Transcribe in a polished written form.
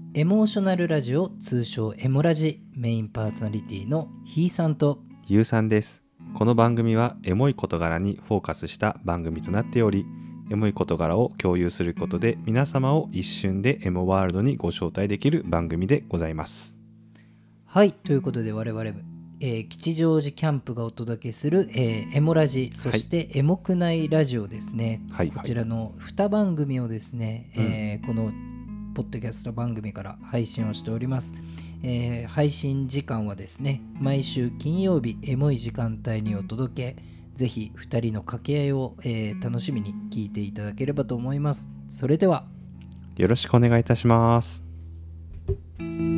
エモーショナルラジオ、通称エモラジ、メインパーソナリティのひーさんとゆうさんです。この番組はエモい事柄にフォーカスした番組となっており、エモい事柄を共有することで皆様を一瞬でエモワールドにご招待できる番組でございます。 はい、ということで我々、吉祥寺キャンプがお届けする、エモラジ、そしてエモくないラジオですね、 はいこちらの2番組をですね、このポッドキャスト番組から配信をしております。配信時間はですね、毎週金曜日エモい時間帯にお届け、ぜひ2人の掛け合いを、楽しみに聞いていただければと思います。それではよろしくお願いいたします。